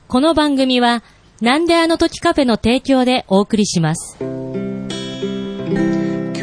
この番組はなんであの時カフェの提供でお送りします。 今日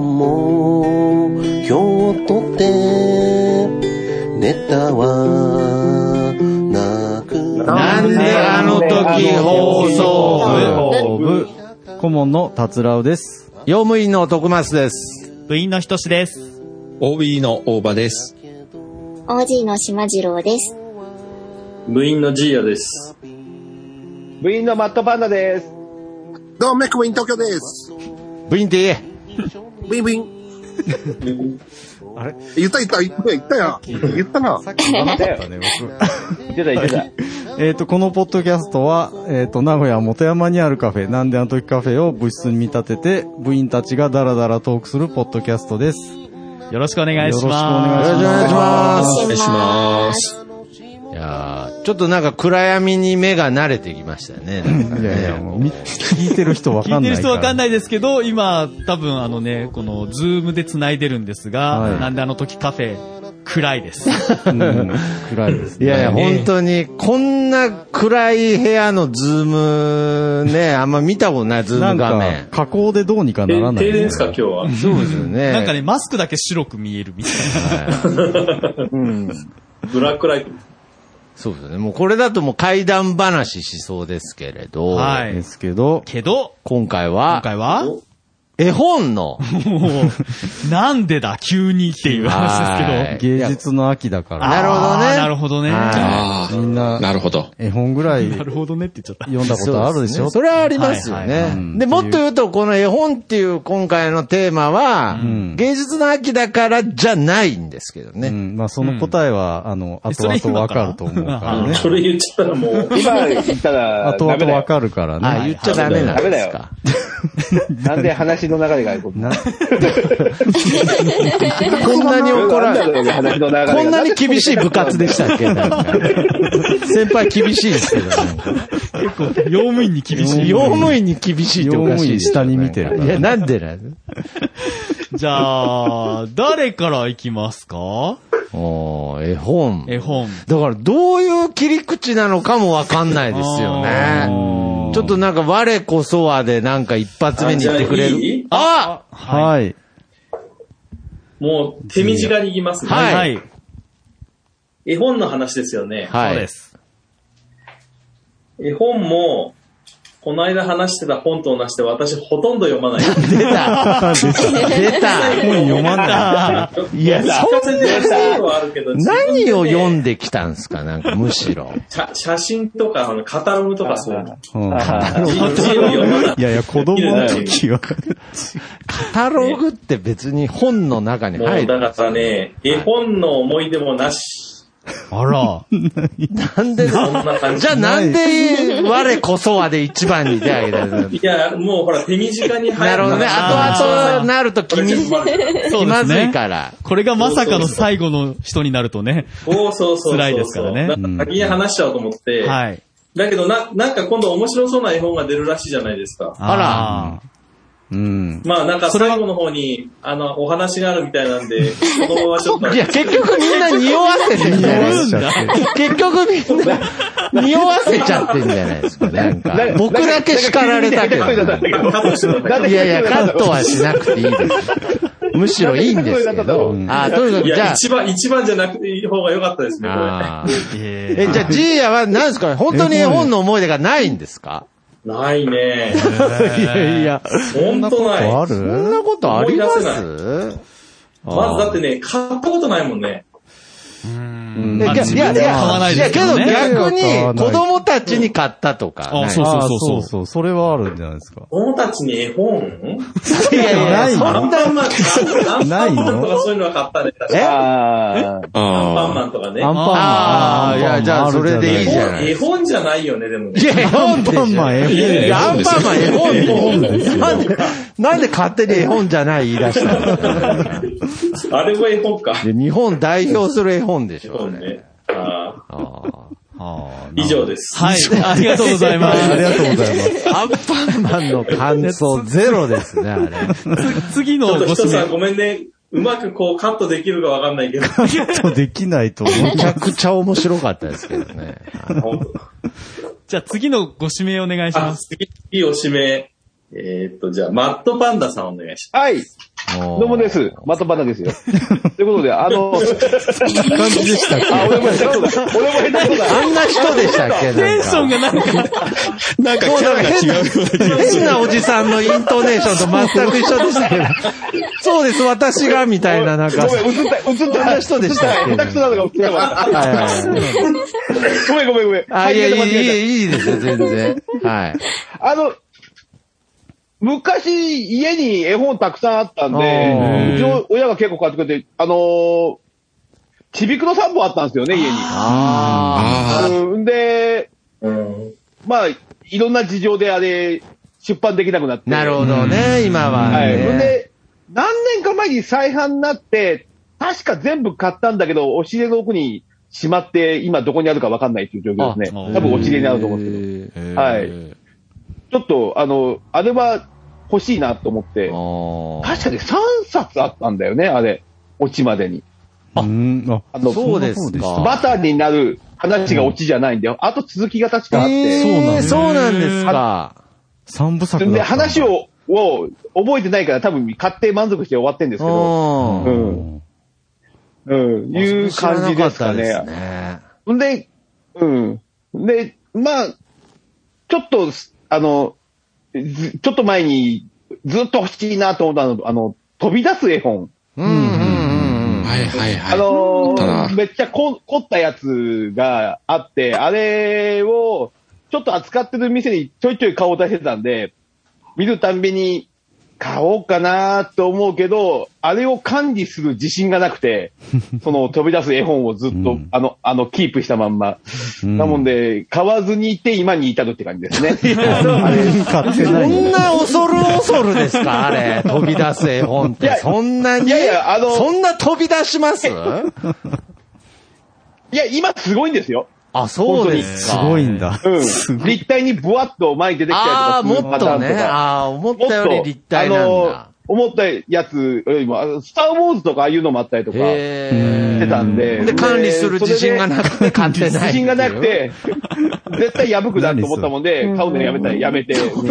とってネタはなくなんであの時放送部顧問の達郎です。 用務員の徳松です。 部員のひとしです。 OB の大場です。 OG の島次郎です。 部員のジーヤです。 部員のマットパンダです。 どうも部員東京です。 部員って言え。 部員あれ言ったよ。言ったな。 さっき言わなかったね、僕。 言ってた。このポッドキャストは、名古屋本山にあるカフェ、なんであの時カフェを部室に見立てて、部員たちがダラダラトークするポッドキャストです。 よろしくお願いします。 よろしくお願いします。 お願いします。 いやー、ちょっとなんか暗闇に目が慣れてきましたね。 いやいや、もう聞いてる人わかんないから。聞いてる人わかんないですけど、今、多分このズームで繋いでるんですが、はい、なんであの時カフェ、暗いです。 暗いですね。 いやいや、本当に、こんな暗い部屋のズームね、あんま見たことない、ズーム画面。 なんか加工でどうにかならない。 停電ですか、今日は。 そうですよね。 なんかね、マスクだけ白く見えるみたいな。 ブラックライト。 そうですね。もうこれだともう怪談話しそうですけれど。 はい。 ですけど、 今回は絵本の。 なんでだ、急にっていう話ですけど。 芸術の秋だから。 なるほどね。 なるほどね。 みんな、 なるほど。 絵本ぐらい。 なるほどねって言っちゃった。 読んだことあるでしょ。 それはありますよね。で、もっと言うと、この絵本っていう今回のテーマは、芸術の秋だからじゃないんですけどね。 まあその答えは、後々わかると思うからね。 それ言っちゃったらもう。 今言ったら、 後々わかるからね。 あ、言っちゃダメなんですか。 なんで話の流れがこんなに怒られる。こんなに厳しい部活でしたっけ？先輩厳しいですけどね。 結構、用務員に厳しい。 用務員に厳しいっておかしい。 下に見てる。 いや、なんでなの？ じゃあ、誰から行きますか？ 絵本。 絵本。 だから、どういう切り口なのかもわかんないですよね。ちょっとなんか、我こそはでなんか一発目に言ってくれる。 はい。 もう、手短に言いますね。 はい。 絵本の話ですよね。 はい。 そうです。 絵本も、この間話してた本と同じで私ほとんど読まない。 出た本読まない。 いや、何を読んできたんですか、なんかむしろ。 写真とか、カタログとかそういうの。 いやいや、子供の時は。 カタログって別に本の中に入る。 もうだからね、絵本の思い出もなし。 あら。 なんでそんな感じ。じゃあなんで我こそはで一番に手あげたの？ いや、もうほら手短に入る。 なるほどね。後々なると気まずいから。 これがまさかの最後の人になるとね。 そう。 辛いですからね。 先に話しちゃおうと思って。 はい。 だけどなんか今度面白そうな絵本が出るらしいじゃないですか。 あら。 まあなんか最後の方にお話があるみたいなんで、このままちょっと。 いや、結局みんな匂わせてんじゃないですか。結局みんな匂わせちゃってんじゃないですか。なんか、僕だけ叱られたけど。いやいや、カットはしなくていいです。むしろいいんですけど。とにかくじゃあ。 一番じゃなくていい方が良かったですね、これ。じゃあ、ジーヤは何ですか？本当に絵本の思い出がないんですか？ ないね。 いや、 本当ない。 そんなことあります？ まずだってね、買ったことないもんね。 いや、けど逆に子供たちに買ったとか。 そう。それはあるんじゃないですか。 子供たちに絵本？ いや、そんなアンパンマンとかそういうのは買ったね。 アンパンマンとかね。 いや、じゃあそれでいいじゃない。 絵本じゃないよね、でもね。 いや、アンパンマン絵本。アンパンマン絵本ですよ。 なんで勝手に絵本じゃない言い出したの？ あれも絵本か。 日本代表する絵本でしょ。 ね。以上です。 はい。ありがとうございます。 ありがとうございます。 アンパンマンの感想ゼロですね、あれ。 次のご指名。ごめんね。うまくこうカットできるかわかんないけど。 カットできないと思う。 めちゃくちゃ面白かったですけどね。 じゃあ次のご指名お願いします。 次お指名。じゃあ、マットパンダさんお願いします。 はい。どうもです。マットパンダですよ。ということで、 そんな感じでしたっけ？ 俺も下手くそだ。 あんな人でしたっけ？ テンションがなんかキャラが違う。 変なおじさんのイントネーションと全く一緒でしたけど。そうです、私が、みたいな、なんか。 ごめん、映った人でしたっけ？下手くそなのが映ったわ。ごめん。 あ、いや、いいですよ、全然。はい。 昔、家に絵本たくさんあったんで、うちの親が結構買ってくれて、ちびくの3本あったんですよね、家に。で、まあ、いろんな事情であれ、出版できなくなって。 なるほどね、今は。 はい。で、何年か前に再販になって、確か全部買ったんだけど、押し入れの奥にしまって、今どこにあるか分かんないっていう状況ですね。多分押し入れにあると思うんですけど。はい。ちょっと、あれは欲しいなと思って、確かに3冊あったんだよね、あれ。オチまでに。 そうですか。 バターになる話がオチじゃないんだよ。あと続きが確かあって。 そうなんですか。 3部作で、話を覚えてないから多分買って満足して終わってんですけど。いう感じですかね。で、で、まあ、ちょっと、ちょっと前にずっと欲しいなと思ったの、飛び出す絵本。めっちゃ凝ったやつがあって、あれをちょっと扱ってる店にちょいちょい顔を出してたんで、見るたんびに買おうかなと思うけど、あれを管理する自信がなくて、その飛び出す絵本をずっと、キープしたまんま。なもんで、買わずにいて今に至るって感じですね。 そんな恐るですかあれ。飛び出す絵本って。そんなにそんな飛び出しますいや、今すごいんですよ。 あ、そうですか。 すごいんだ。 立体にブワッと前に出てきたりとかするパターンとか。 思ったより立体なんだ。 思ったやつよりも、スターウォーズとかああいうのもあったりとかしてたんで。 で、管理する自信がなくて買ってない。 自信がなくて、絶対破くなと思ったもんで、買うのやめて。絶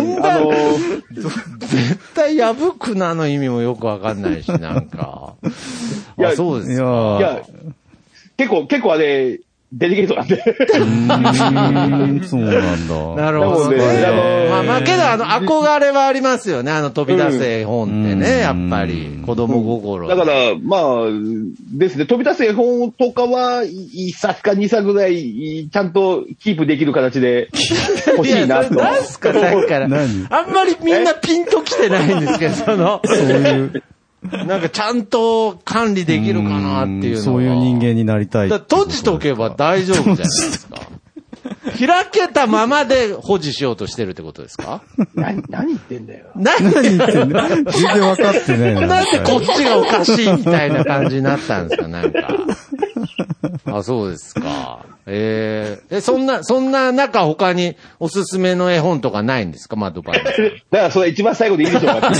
対破くなの意味もよくわかんないし、なんか。いや、そうですか。 いや、結構あれ、デリケートなんで。 そうなんだ。 なるほどね。まあけど憧れはありますよね。飛び出す絵本ってね、やっぱり。子供心。 だから、まあ、ですね、飛び出す絵本とかは、1冊か2冊ぐらい、ちゃんとキープできる形で欲しいなと。 なんすか、だから。あんまりみんなピンときてないんですけど、そういう。なんかちゃんと管理できるかなっていうのは。 そういう人間になりたい。 閉じとけば大丈夫じゃないですか。開けたままで保持しようとしてるってことですか？ 何言ってんだよ。 何言ってんだよ。 全然分かってないな。 なんでこっちがおかしいみたいな感じになったんですか、なんか。あ、そうですか。そんな中他におすすめの絵本とかないんですか、マッドパンダ。だからそれ一番最後でいいでしょうか。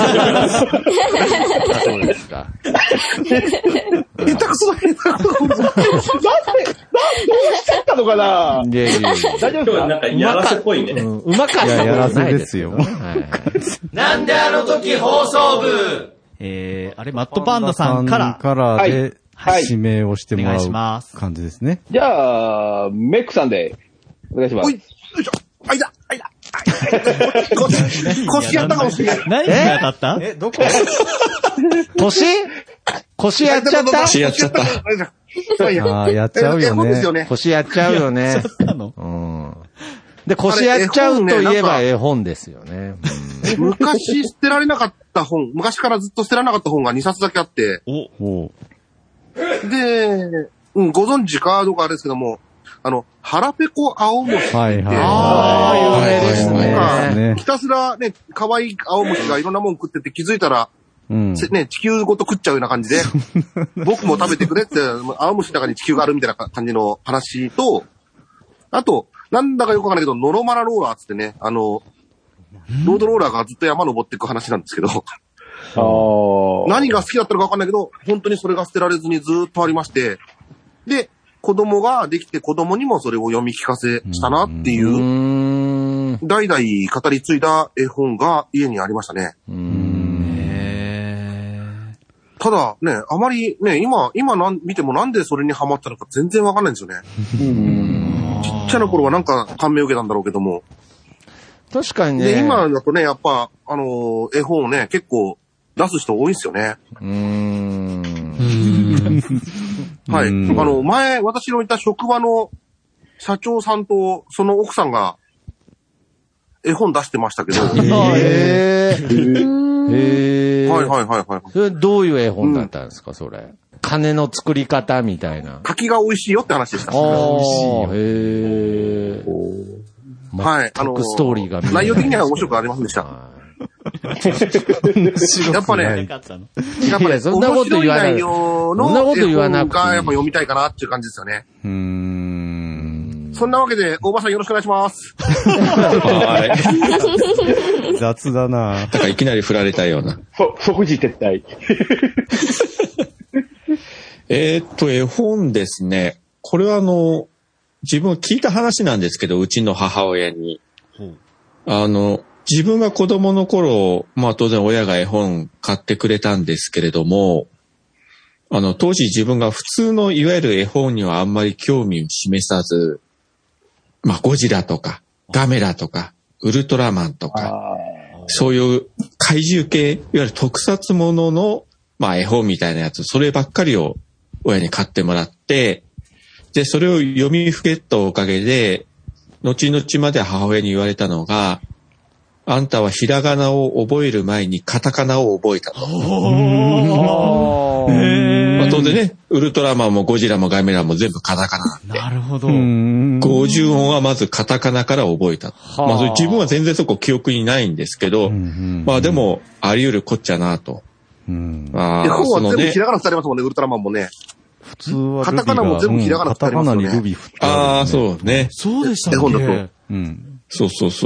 そうですか。 下手くそだね。 なんで、どうしちゃったのかな。 いや大丈夫ですか？なんかやらせっぽいね。 うまかったことないですよ。 やらせですよ。 なんであの時放送部。あれマットパンダさんからで指名をしてもらう感じですね。 じゃあメックさんでお願いします。 よいしょ。あいだ。腰やったかもしれない。 何が当たった？ どこ？腰やっちゃった？ 腰やっちゃった。 やっちゃうよね。 腰やっちゃうよね。で、腰やっちゃうといえば絵本ですよね。 昔捨てられなかった本、昔からずっと捨てられなかった本が2冊だけあって。で、ご存知かどうかあれですけども、腹ペコ青虫って。 有名ですね。 ひたすらね、可愛い青虫がいろんなもん食ってて気づいたら、ね、地球ごと食っちゃうような感じで、僕も食べてくれって、青虫の中に地球があるみたいな感じの話と、あと、なんだかよくわかんないけど、ノロマラローラーつってね、ロードローラーがずっと山登っていく話なんですけど、何が好きだったのかわかんないけど、本当にそれが捨てられずにずっとありまして、で、子供ができて子供にもそれを読み聞かせしたなっていう代々語り継いだ絵本が家にありましたね。ただね、あまりね、今見てもなんでそれにハマったのか全然わかんないんですよね。ちっちゃな頃はなんか感銘を受けたんだろうけども。 確かにね。 で、今だとね、やっぱ、絵本をね、結構出す人多いんですよね。はい。前、私のいた職場の社長さんとその奥さんが絵本出してましたけど。 それどういう絵本だったんですか、それ。金の作り方みたいな。 柿が美味しいよって話でした。美味しいよ。はい。 ストーリーが内容的には面白くありませんでした。やっぱね、 そんなこと言わない。 面白い内容の絵本がやっぱ読みたいかなっていう感じですよね。そんなわけで、大場さんよろしくお願いします。 はい。雑だな。 なんかいきなり振られたような。 即時撤退。 絵本ですね。これは自分聞いた話なんですけど、うちの母親に。自分が子供の頃、まあ当然親が絵本買ってくれたんですけれども、当時自分が普通のいわゆる絵本にはあんまり興味を示さず、まあゴジラとか、ガメラとか、ウルトラマンとか、そういう怪獣系、いわゆる特撮ものの、まあ絵本みたいなやつ、そればっかりを親に買ってもらって、で、それを読みふけったおかげで、後々まで母親に言われたのが、あんたはひらがなを覚える前にカタカナを覚えたと。まあ、当然ね、ウルトラマンもゴジラもガメラも全部カタカナなんで。 なるほど。 50音はまずカタカナから覚えた。まあ、それ自分は全然そこ記憶にないんですけど、まあでも、あり得るこっちゃなと。 絵本は全部ひらがな伝わりますもんね、ウルトラマンもね。 普通はカタカナも全部ひらがな伝わりますよね。 カタカナにルビ振ってああ、そうね。 そうでしたね。 絵本だと。 そう。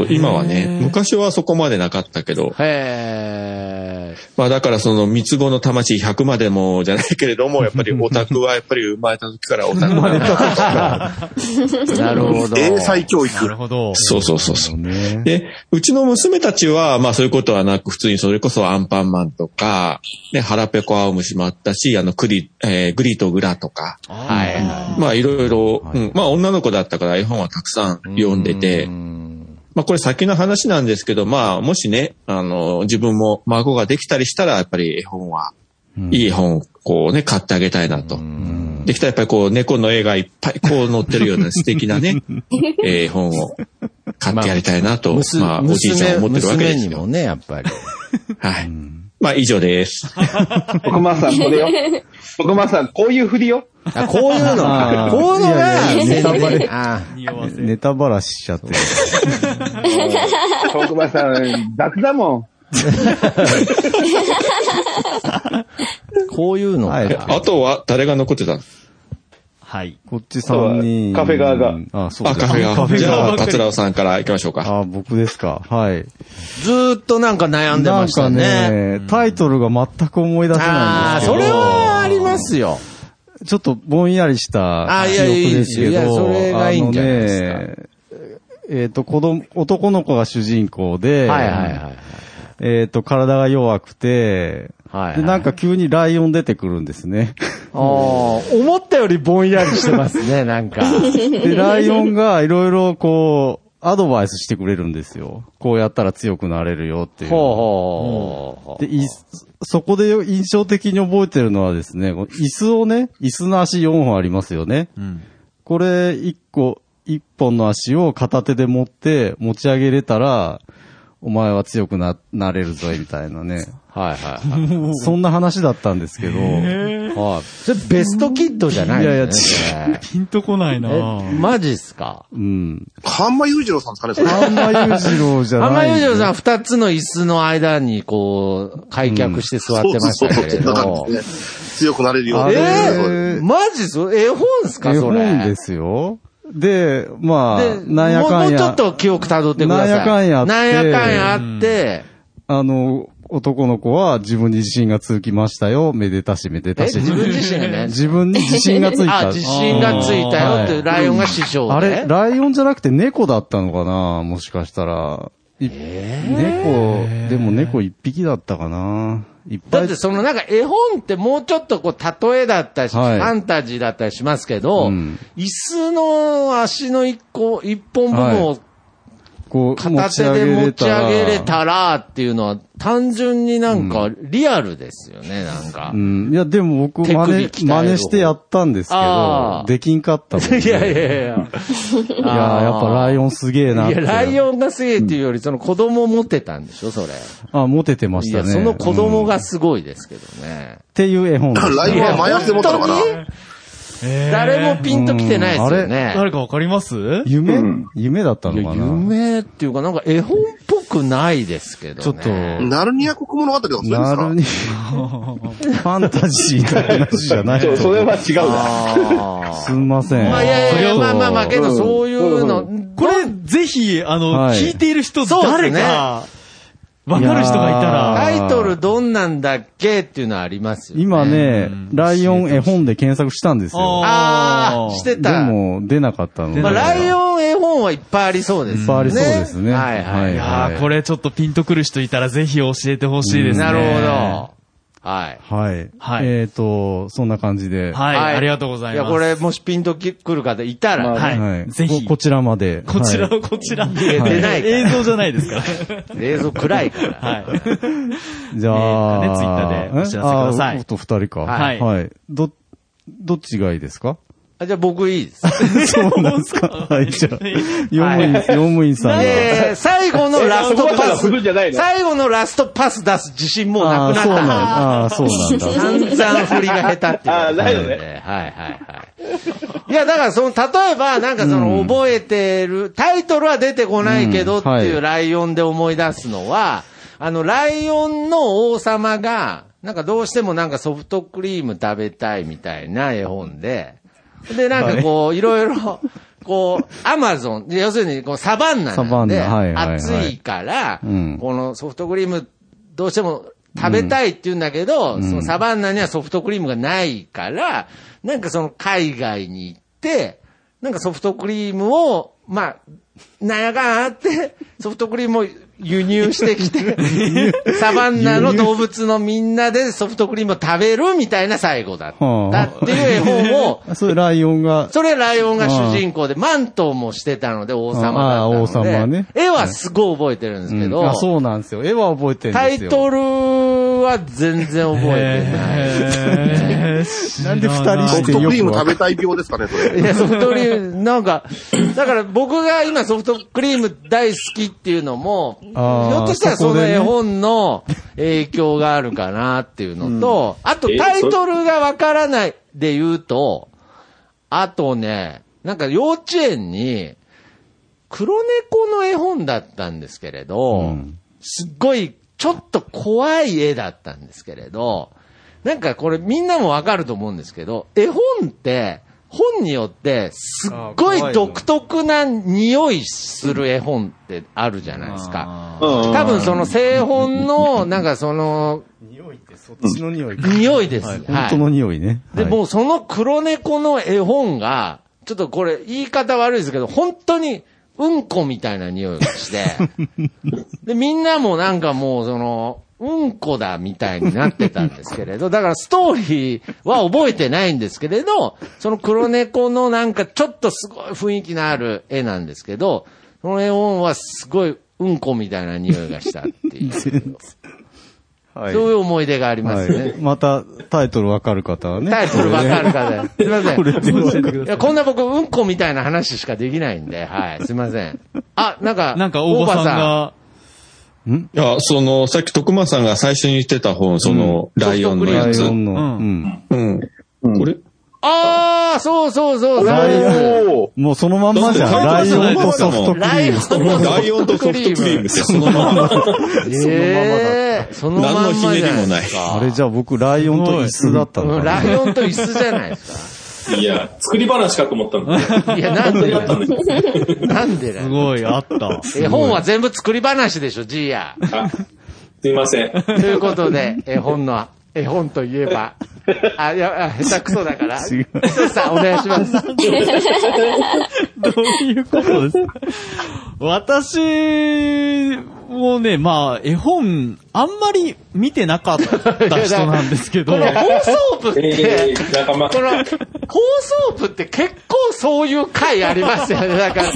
今はね、昔はそこまでなかったけど。まあだからその三つ子の魂100までもじゃないけれども、やっぱりオタクはやっぱり生まれた時からオタクなんだ。 なるほど。 英才教育。 なるほど。 そう。で、うちの娘たちは、まあそういうことはなく、普通にそれこそアンパンマンとか、ね、腹ペコ青虫もあったし、グリとグラとか。まあいろいろ、まあ女の子だったから絵本はたくさん読んでて、まあこれ先の話なんですけど、まあもしね、自分も孫ができたりしたら、やっぱり絵本は、いい絵本をこうね、買ってあげたいなと。できたらやっぱりこう猫の絵がいっぱいこう載ってるような素敵なね、絵本を買ってやりたいなと、まあおじいちゃん思ってるわけですよ。 娘にもね、やっぱり。 はい。まあ以上です。 徳間さん、これよ。徳間さん、こういう振りよ。 こういうのが、 ネタバラししちゃってる。 徳間さん、雑だもん。 こういうの。 あとは誰が残ってたの？ はい。 こっち3人。 カフェ側が。 そうです。 カフェ側。じゃあ、達郎さんから行きましょうか。 僕ですか。はい。 ずーっとなんか悩んでましたね。 なんかね、タイトルが全く思い出せないんですけど。 それはありますよ。 ちょっとぼんやりした記憶ですけど。 それがいいんじゃないですか。 男の子が主人公で、体が弱くて、で、なんか急にライオン出てくるんですね。 思ったよりぼんやりしてますね、なんか。 で、ライオンがいろいろこう、アドバイスしてくれるんですよ。こうやったら強くなれるよっていう。で、そこで印象的に覚えてるのはですね、椅子の足4本ありますよね。これ1本の足を片手で持って持ち上げれたら、お前は強くなれるぞ、みたいなね。そんな話だったんですけど。 それベストキッドじゃないですね。いや、ピンとこないなマジっすか？ 半間裕次郎さんですかね、 半間裕次郎じゃない。 半間裕次郎さん2つの椅子の間にこう、開脚して座ってましたけれど。 強くなれるよ。 マジっす？絵本っすか、それ。 絵本ですよ。で、まあ、なんやかんや。 もうちょっと記憶辿ってください。 なんやかんやあって。 なんやかんやあって。 男の子は自分に自信がつきましたよ。めでたしめでたし。 自分自身がね。 自分に自信がついた。 あ、自信がついたよってライオンが師匠で。 あれ、ライオンじゃなくて猫だったのかなもしかしたら。猫、でも猫一匹だったかな。いっぱい。 だってそのなんか絵本ってもうちょっとこう例えだったり、ファンタジーだったりしますけど、椅子の足の一本部分を片手で持ち上げれたらっていうのは単純になんかリアルですよね、なんか。 いや、でも僕真似してやったんですけど、できんかったもんね。 いや。 いや、やっぱライオンすげえなって。 いや、ライオンがすげえっていうより、その子供を持ってたんでしょ、それ。 持ててましたね。 いや、その子供がすごいですけどね。 っていう絵本です。 ライオンは前足で持ったのかな？ 誰もピンときてないですよね。 誰かわかります？ 夢だったのかな？ 夢っていうかなんか絵本っぽくないですけどね。 ちょっと。 ナルニア国物語とかそうですか？ ナルニア。ファンタジーな話じゃない。 それは違うな。 すんません。 まあ、けどそういうの。 これ、ぜひ、聞いている人誰か、わかる人がいたら。 タイトルどんなんだっけっていうのはありますよね。 今ね、ライオン絵本で検索したんですよ。 してた。 でも出なかったので。 ライオン絵本はいっぱいありそうですね。 いっぱいありそうですね。 はい。これちょっとピンとくる人いたらぜひ教えてほしいですね。 なるほど。はい。 そんな感じで。 はい。ありがとうございます。 いや、これ、もしピンとくる方いたら、 はい。ぜひ。 こちらまで。 こちら。 出ない。 映像じゃないですから。 映像暗いから。 はい。 じゃあ、 ツイッターでお知らせください。 二人か。はい。どっちがいいですか？ じゃあ僕いいです。 そうなんですか。はい、じゃあ、用務員さんが。 最後のラストパス。最後のラストパス出す自信もうなくなった。 そうなんだ。 散々振りが下手っていう。 ないよね。 はい。いや、だから例えば、なんか覚えてる、タイトルは出てこないけどっていうライオンで思い出すのは、ライオンの王様が、なんかどうしてもなんかソフトクリーム食べたいみたいな絵本で、で、なんかこう、いろいろ、こう、アマゾン、要するにこうサバンナなんで、暑いから、このソフトクリームどうしても食べたいって言うんだけど、そのサバンナにはソフトクリームがないから、なんかその海外に行って、なんかソフトクリームを、まあ、なんやかんあって、ソフトクリームを輸入してきて、サバンナの動物のみんなでソフトクリームを食べるみたいな最後だったっていう絵本を、 それライオンが主人公で、マントもしてたので王様だったので、 王様ね。 絵はすごい覚えてるんですけど、 そうなんですよ。絵は覚えてるんですよ。 タイトルは全然覚えてない。 なんで二人してソフトクリーム食べたい病ですかね、それ。 いや、ソフトクリーム、なんか、だから僕が今ソフトクリーム大好きっていうのも、ひょっとしたらその絵本の影響があるかなっていうのと、あとタイトルがわからないで言うと、あとね、なんか幼稚園に黒猫の絵本だったんですけれど、すっごいちょっと怖い絵だったんですけれど、なんかこれみんなもわかると思うんですけど、絵本って本によってすっごい独特な匂いする絵本ってあるじゃないですか。多分その製本のなんかその匂いってそっちの匂い。 匂いです。 本当の匂いね。 でもうその黒猫の絵本がちょっとこれ言い方悪いですけど本当にうんこみたいな匂いがして、でみんなもなんかもうそのうんこだみたいになってたんですけれど、だからストーリーは覚えてないんですけれど、その黒猫のなんかちょっとすごい雰囲気のある絵なんですけど、その絵本はすごいうんこみたいな匂いがしたっていう。そういう思い出がありますね。 またタイトルわかる方はね。 タイトルわかる方。すいません。いや、こんな僕うんこみたいな話しかできないんで、はい、すいません。なんか大場さんが、 いや、さっき徳間さんが最初に言ってた本、ライオンのやつ。これそう。 もうそのまんまじゃん。ライオンとソフトクリーム。 ライオンとソフトクリームですよ、そのまま。 そのまま何のひねりもない。 あれじゃあ僕、ライオンと椅子だったのかな。 ライオンと椅子じゃないですか。 いや、作り話かと思ったんだ。 いや、なんでなんでだよ。 すごい、あった。 絵本は全部作り話でしょ、ジーヤ。 すいません。 ということで、絵本といえば、下手くそだから。さあ、お願いします。 どういうことですか？私もね、まあ、絵本、あんまり見てなかった人なんですけど。 この放送部って、この放送部って結構そういう回ありますよね。だから、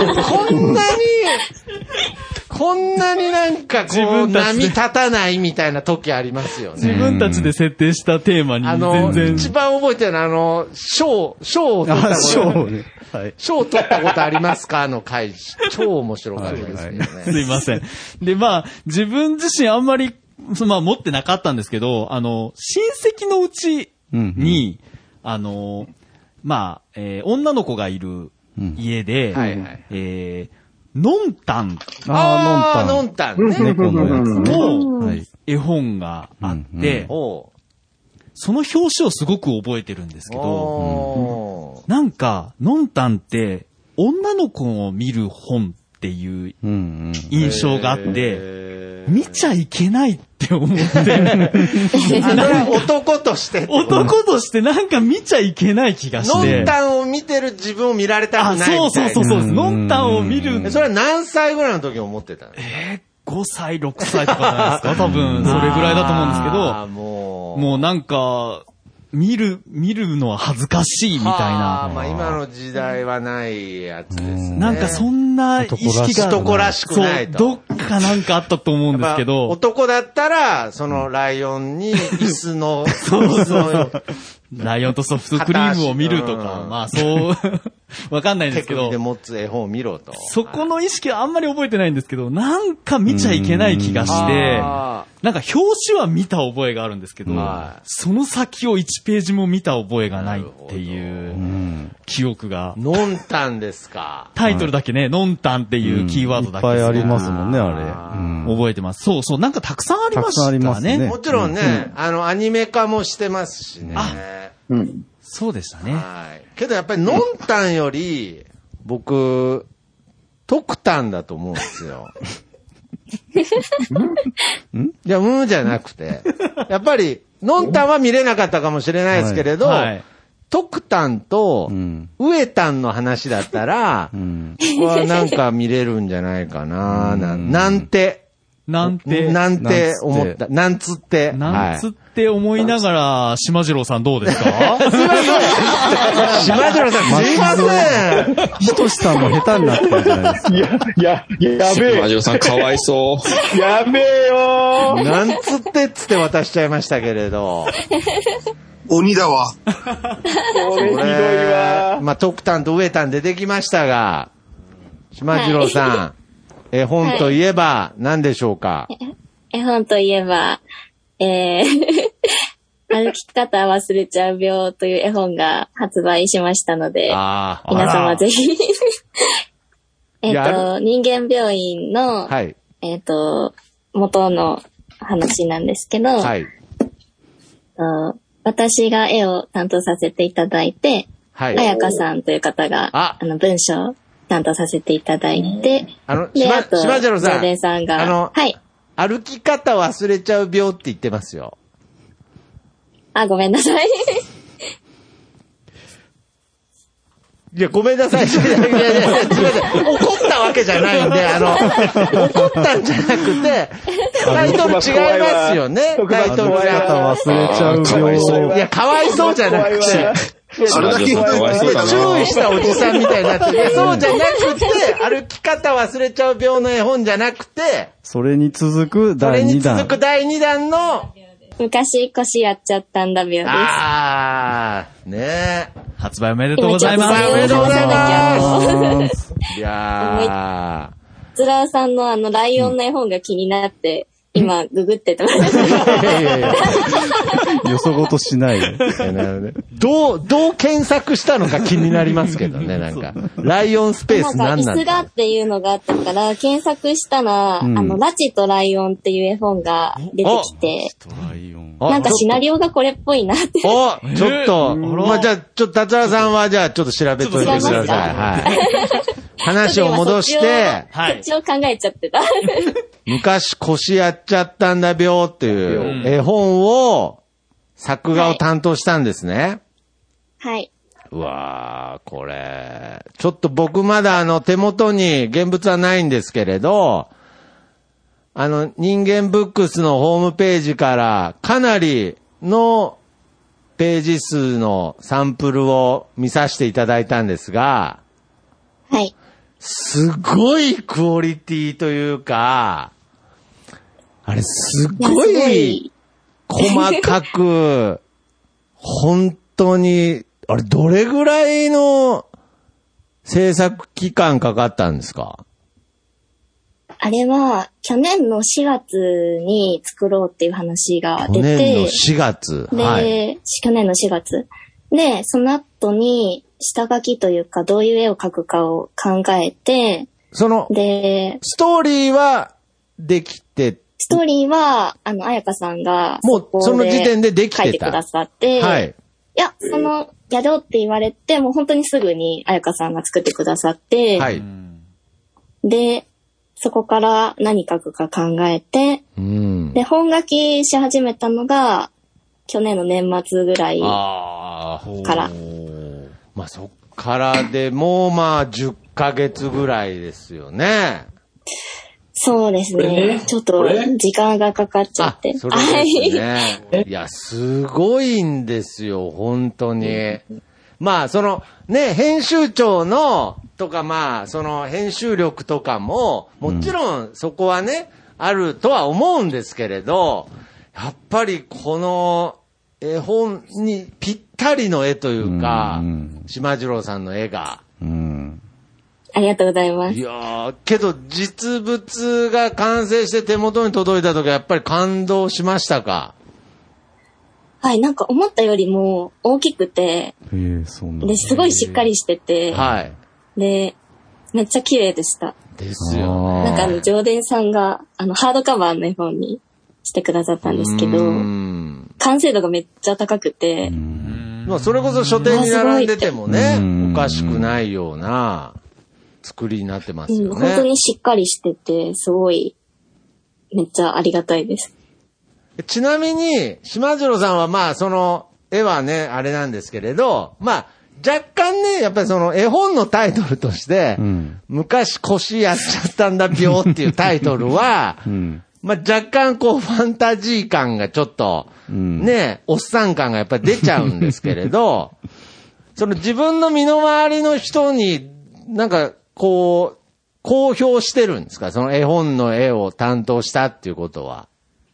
こんなになんかこう、波立たないみたいな時ありますよね。 自分たちで設定したテーマに全然。 一番覚えてるのは賞を取ったことね。賞を取ったことありますか回、超面白かったですけどね。 すいません。で、まあ、自分自身あんまり、まあ、持ってなかったんですけど、親戚のうちに、まあ、女の子がいる家で、ノンタン。 ノンタンね。 猫のやつね。絵本があって、その表紙をすごく覚えてるんですけど、なんか、ノンタンって女の子を見る本っていう印象があって、見ちゃいけないって思って。 男としてなんか見ちゃいけない気がして。 ノンタンを見てる自分を見られたくないみたいな。 そう。ノンタンを見る。 それは何歳ぐらいの時に思ってたの ？5歳、6歳とかじゃないですか。多分、それぐらいだと思うんですけど、もうなんか、見るのは恥ずかしいみたいな。 まあ今の時代はないやつですね。 なんかそんな意識が男らしくないと。 どっかなんかあったと思うんですけど。 男だったら、そのライオンに椅子の、 ライオンとソフトクリームを見るとか、まあそう、わかんないんですけど。 手首で持つ絵本を見ろと。 そこの意識はあんまり覚えてないんですけど、なんか見ちゃいけない気がして、なんか表紙は見た覚えがあるんですけど、その先を1ページも見た覚えがないっていう記憶が。 ノンタンですか。 タイトルだけね、ノンタンっていうキーワードだけ。 いっぱいありますもんね、あれ。 覚えてます。そう、なんかたくさんありましたね。 もちろんね、アニメ化もしてますしね。 そうでしたね。 けどやっぱりノンタンより、僕、特タンだと思うんですよ。いや、じゃなくて。やっぱり、ノンタンは見れなかったかもしれないですけれど、特タンと、ウエタンの話だったら、ここはなんか見れるんじゃないかな、なんて思った。なんつって思いながら、島次郎さんどうですか？ すいません。島次郎さん、すいません。 ひとしさんも下手になってるじゃないですか。 やべえ。 島次郎さんかわいそう。 やべえよー。 なんつって渡しちゃいましたけれど。 鬼だわ。 これひどいわ。 まあ、特タンとウエタン出てきましたが、島次郎さん、絵本といえば何でしょうか？ 絵本といえば、歩き方忘れちゃう病という絵本が発売しましたので、皆様ぜひ人間病院の、元の話なんですけど、私が絵を担当させていただいて、彩香さんという方が、文章を担当させていただいて、 島次郎さん、 常連さんが、 歩き方忘れちゃう病って言ってますよ。 ごめんなさい。 いや、ごめんなさい。いや、怒ったわけじゃないんで、怒ったんじゃなくて、タイトル違いますよね。タイトルが。 忘れちゃう病。 いや、かわいそうじゃなくて。注意したおじさんみたいになってて、そうじゃなくて、歩き方忘れちゃう病の絵本じゃなくて、 それに続く第2 弾の、 昔腰やっちゃったんだ病です。 ねえ。 発売おめでとうございます。 おめでとうございます。いやー。つらおさんのライオンの絵本が気になって、今、ググっててます。 よそごとしないで。 どう検索したのか気になりますけどね、なんか。ライオンスペースなんなんだ。 椅子がっていうのがあったから、検索したら、ラチとライオンっていう絵本が出てきて。 なんかシナリオがこれっぽいなって。 おちょっと、まあ、じゃあ、ちょっと達郎さんは、じゃあ、ちょっと調べといてください。はい。話を戻して、 そっちを考えちゃってた。 昔腰やっちゃったんだ病っていう絵本を、作画を担当したんですね。 はい。 うわー、これ、ちょっと僕まだ手元に現物はないんですけれど、人間ブックスのホームページからかなりのページ数のサンプルを見させていただいたんですが、 はい。 すごいクオリティというか、あれすごい細かく、本当に、あれどれぐらいの制作期間かかったんですか？ あれは、去年の4月に作ろうっていう話が出て。 去年の4月。 で、はい、去年の4月。で、その後に、下書きというか、どういう絵を描くかを考えて、で、 ストーリーはできて、 ストーリーは、彩香さんが、 もう、その時点でできてた。 書いてくださって、 はい。 いや、やろうって言われて、もう本当にすぐに彩香さんが作ってくださって、 はい。 で、そこから何書くか考えて、で、本書きし始めたのが、去年の年末ぐらいから。 まあ、そっからでもうまあ10ヶ月ぐらいですよね。 そうですね。ちょっと時間がかかっちゃって。 それですね。いや、すごいんですよ、本当に。まあ、編集長の、とかまあ、編集力とかも、もちろんそこはね、あるとは思うんですけれど、やっぱりこの絵本にぴったりの絵というか、島次郎さんの絵が。 ありがとうございます。 いやー、けど実物が完成して手元に届いた時はやっぱり感動しましたか？ はい、なんか思ったよりも大きくて、で、すごいしっかりしてて、 はい。 で、めっちゃ綺麗でした。 ですよ。 なんか上田さんが、ハードカバーの絵本にしてくださったんですけど、完成度がめっちゃ高くて、 まあ、それこそ書店に並んでてもね、おかしくないような作りになってますよね。 本当にしっかりしてて、すごい、めっちゃありがたいです。 ちなみに、島次郎さんはまあ、絵はね、あれなんですけれど、まあ、若干ね、やっぱり絵本のタイトルとして、昔腰やっちゃったんだ病っていうタイトルは、まあ、若干ファンタジー感がちょっと、ね、おっさん感がやっぱり出ちゃうんですけれど、自分の身の回りの人に、なんか、公表してるんですか？その絵本の絵を担当したっていうことは。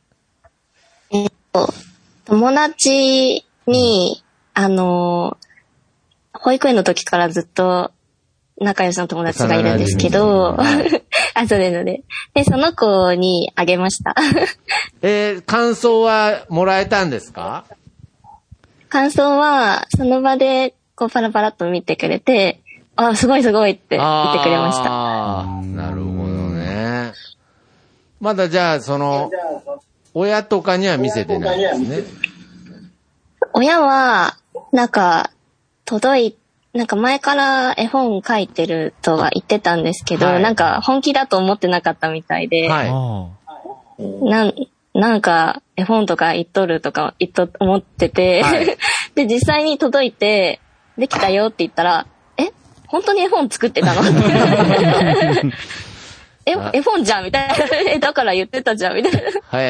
友達に、保育園の時からずっと仲良しの友達がいるんですけど、そうですので。で、その子にあげました。 感想はもらえたんですか？ 感想は、その場で、パラパラっと見てくれて、すごいすごいって言ってくれました。 なるほどね。まだじゃあ、親とかには見せてないですね。 親は、なんか前から絵本書いてるとは言ってたんですけど、なんか本気だと思ってなかったみたいで、なんか絵本とか言っとるとか思ってて、で、実際に届いて、できたよって言ったら、本当に絵本作ってたの絵本じゃんみたいな。だから言ってたじゃんみたいな。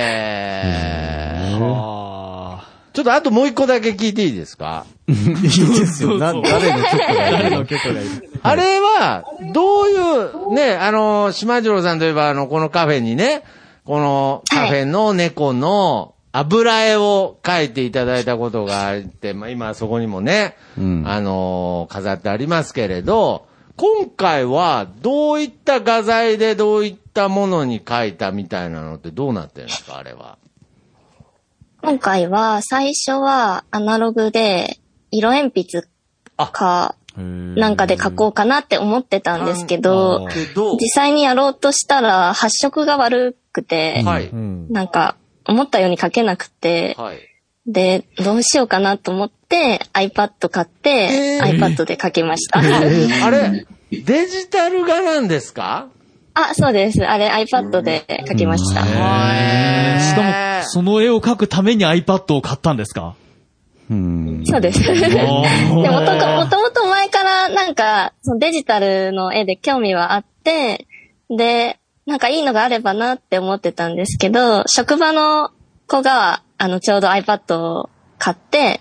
ちょっとあともう一個だけ聞いていいですか？ いいですよ。誰の許可がいる？ あれは、どういう、ね、島次郎さんといえば、このカフェにね、このカフェの猫の油絵を描いていただいたことがあって、まあ今そこにもね、飾ってありますけれど、今回はどういった画材でどういったものに描いたみたいなのってどうなってるんですか、あれは。 今回は最初はアナログで色鉛筆かなんかで描こうかなって思ってたんですけど、実際にやろうとしたら発色が悪くて、なんか思ったように書けなくて、はい、で、どうしようかなと思って iPad 買って、iPad で書きました。 あれデジタル画なんですか？ あ、そうです。あれ iPad で書きました。 しかも、その絵を描くために iPad を買ったんですか？ そうです。でもともと前からなんか、そのデジタルの絵で興味はあって、で、なんかいいのがあればなって思ってたんですけど、職場の子が、ちょうど iPad を買って、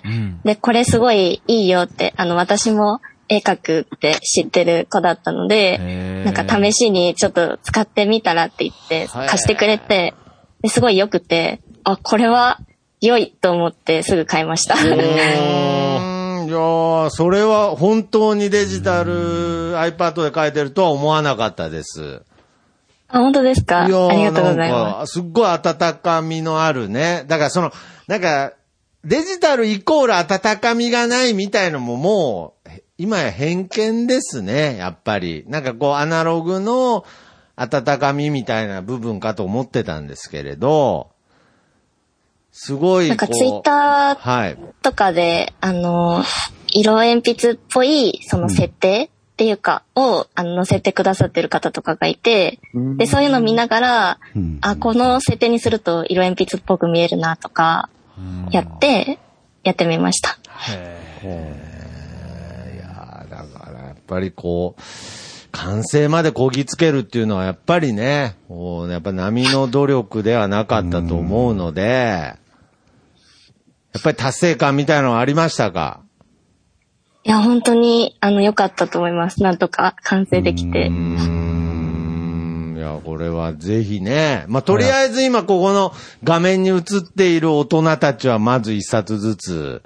で、これすごいいいよって、私も絵描くって知ってる子だったので、なんか試しにちょっと使ってみたらって言って貸してくれて、ですごい良くて、あ、これは良いと思ってすぐ買いました。 いやー、それは本当にデジタル iPad で描いてるとは思わなかったです。 あ、本当ですか？ありがとうございます。 すっごい温かみのあるね。だからなんか、デジタルイコール温かみがないみたいのももう、今や偏見ですね、やっぱり。なんかアナログの温かみみたいな部分かと思ってたんですけれど、すごいなんかツイッターとかで、色鉛筆っぽいその設定っていうかを載せてくださってる方とかがいて、でそういうのを見ながら、あ、この設定にすると色鉛筆っぽく見えるなとかやってみました。 いやだからやっぱり完成までこぎつけるっていうのはやっぱりね、やっぱ波の努力ではなかったと思うので、やっぱり達成感みたいなのはありましたか？ いや、本当に、良かったと思います。なんとか完成できて。いや、これはぜひね。まあ、とりあえず今ここの画面に映っている大人たちはまず一冊ずつ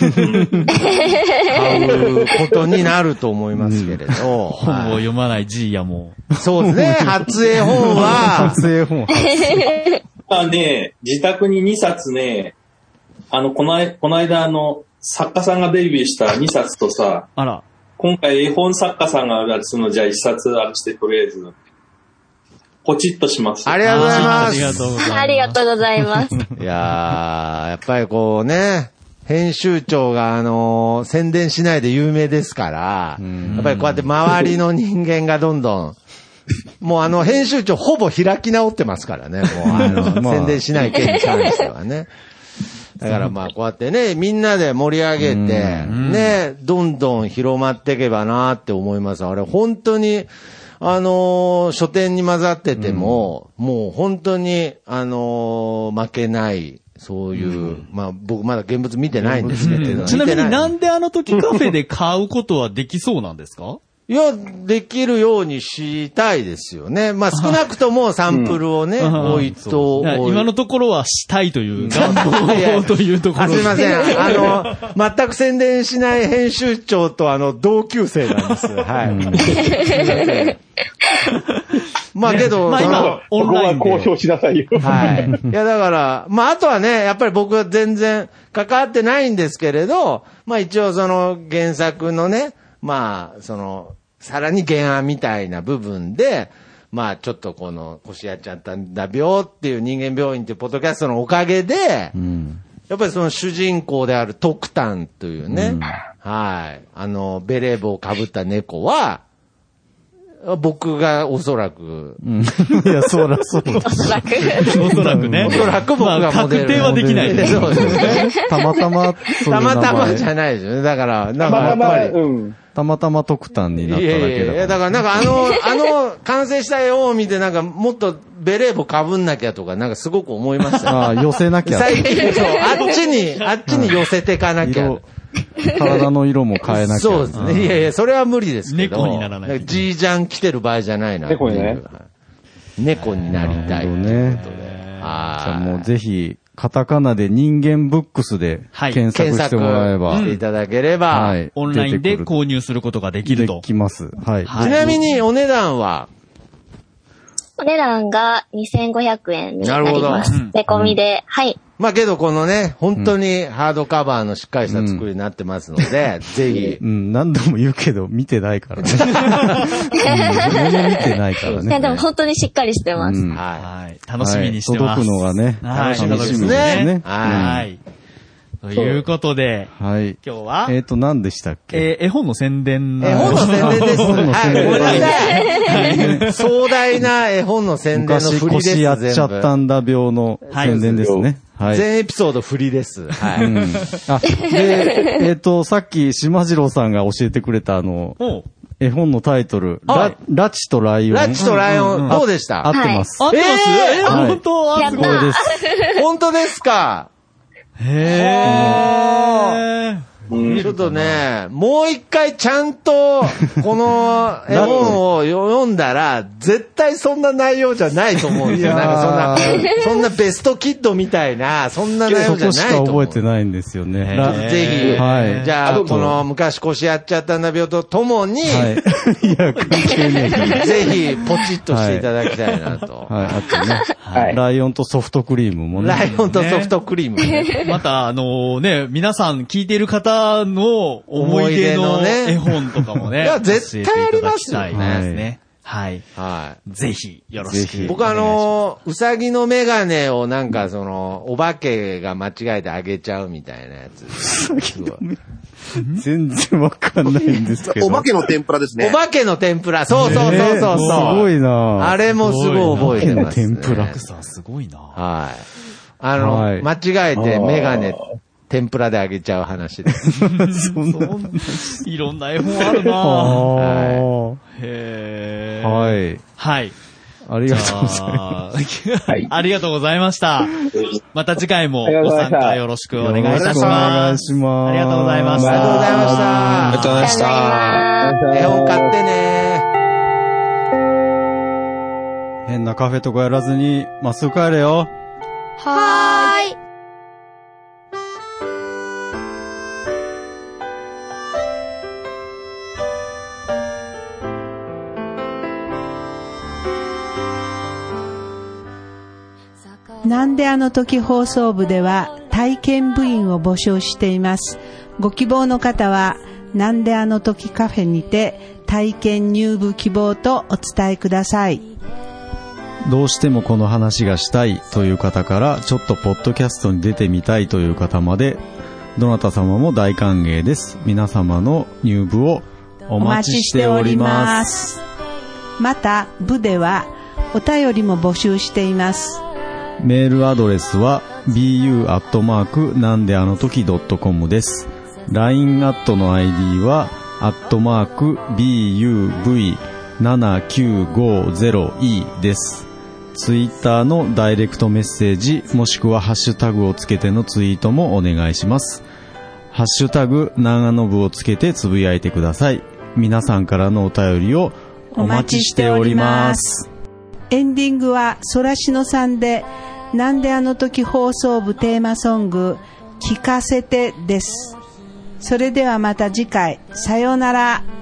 買うことになると思いますけれど。 本を読まないジーヤも。 そうですね。初絵本は。 初絵本。 ね、自宅に2冊ね、この間作家さんがデビューした2冊とさ、 あら。 今回絵本作家さんがそのじゃあ1冊あれしてとりあえず、ポチッとします。 ありがとうございます。 ありがとうございます。 いやー、やっぱりね、編集長が宣伝しないで有名ですから、やっぱりこうやって周りの人間がどんどん、もう編集長ほぼ開き直ってますからね、もう宣伝しない件に関してはね。だからまあこうやってね、みんなで盛り上げて、ね、どんどん広まっていけばなって思います。あれ本当に、書店に混ざってても、もう本当に、負けない、そういう、まあ僕まだ現物見てないんですけど、 ちなみになんで時カフェで買うことはできそうなんですか？ いや、できるようにしたいですよね。まあ少なくともサンプルをね、置いと。 今のところはしたいという願望というところ。 すいません。全く宣伝しない編集長と同級生なんですよ。はい。まあけど、 まあ今、 オンラインで。ここは交渉しなさいよ。 はい。いやだから、まああとはね、やっぱり僕は全然関わってないんですけれど、まあ一応原作のね、まあ、さらに原案みたいな部分で、まあ、ちょっと腰やっちゃったんだ病っていう人間病院っていうポッドキャストのおかげで、やっぱり主人公であるトクタンというね、はい、ベレー帽をかぶった猫は、僕がおそらく。 いや、そうだ。 おそらく。 おそらくね。 おそらく僕がモデル。 確定はできない。 そうですね。 たまたまじゃないですよね。だから、なんかやっぱり。 たまたま特短になっただけだから。 いや、だからなんか完成した絵を見てなんかもっとベレー帽被んなきゃとかなんかすごく思いました。 ああ、寄せなきゃ。 最近そう、あっちに寄せてかなきゃ。 体の色も変えなきゃ。 そうですね。いやいや、それは無理ですけど。 猫にならない。 ジージャン来てる場合じゃないな。 猫にね。 猫になりたい。 ね。じゃあもうぜひ、カタカナで人間ブックスで検索してもらえば。 していただければ。はい。 オンラインで購入することができると。 できます。はい。 ちなみにお値段はお値段が2500円になります。税込みで、はい。 まあけどこのね、本当にハードカバーのしっかりした作りになってますので、ぜひ。 何度も言うけど、見てないからね。見てないからね。 いや、でも本当にしっかりしてます。 はい。楽しみにしてます。 届くのがね、 楽しみですね。はい。ということで、はい。今日は何でしたっけ？ 絵本の宣伝。 絵本の宣伝です。はい。壮大な絵本の宣伝の振りです。 腰やっちゃったんだ病の宣伝ですね。 はい。全エピソード振りです。はい。 で、さっき島次郎さんが教えてくれた絵本のタイトル、ラチとライオン。 ラチとライオン、どうでした？ 合ってます。 合ってます？本当？ すごいです。本当ですか？ へー。 ちょっとね、もう一回ちゃんと、この絵本を読んだら、絶対そんな内容じゃないと思うんですよ。なんかそんなベストキッドみたいな、そんな内容じゃないと思う。 そこしか覚えてないんですよね。 ぜひ、はい、じゃあ、この昔腰やっちゃったんだ病とともに、はい、いや、関係ない。ぜひ、ポチッとしていただきたいなと。 はい、あとね、はい、ライオンとソフトクリームもね。 ライオンとソフトクリームね。 また、ね、皆さん聞いてる方の思い出の絵本とかもね。 いや、絶対ありますよね。はい。はい。ぜひ、よろしく。 僕うさぎのメガネをなんかお化けが間違えてあげちゃうみたいなやつ。 全然わかんないんですけど。 お化けの天ぷらですね。 お化けの天ぷら。そう。すごいなあれもすごい覚えてます、ね。 天ぷら。 すごいなはい。間違えてメガネ、天ぷらであげちゃう話です。 いろんな絵本あるなぁ。へー。 はい。 はい。 ありがとうございます。 ありがとうございました。また次回もご参加よろしくお願いいたします。 お願いします。 ありがとうございました。 ありがとうございました。 ありがとうございました。 絵本買ってね。 変なカフェとかやらずに、まっすぐ帰れよ。 はーい。 なんであの時放送部では体験部員を募集しています。ご希望の方はなんであの時カフェにて体験入部希望とお伝えください。 どうしてもこの話がしたいという方からちょっとポッドキャストに出てみたいという方までどなた様も大歓迎です。皆様の入部をお待ちしております。 また部ではお便りも募集しています。 メールアドレスは bu@ なんであの時 .com です。LINE アットの ID は@buv7950e です。ツイッターのダイレクトメッセージもしくはハッシュタグをつけてのツイートもお願いします。ハッシュタグ長野部をつけてつぶやいてください。皆さんからのお便りをお待ちしております。 エンディングはソラシノさんでなんであの時放送部テーマソング聞かせてです。それではまた次回、さようなら。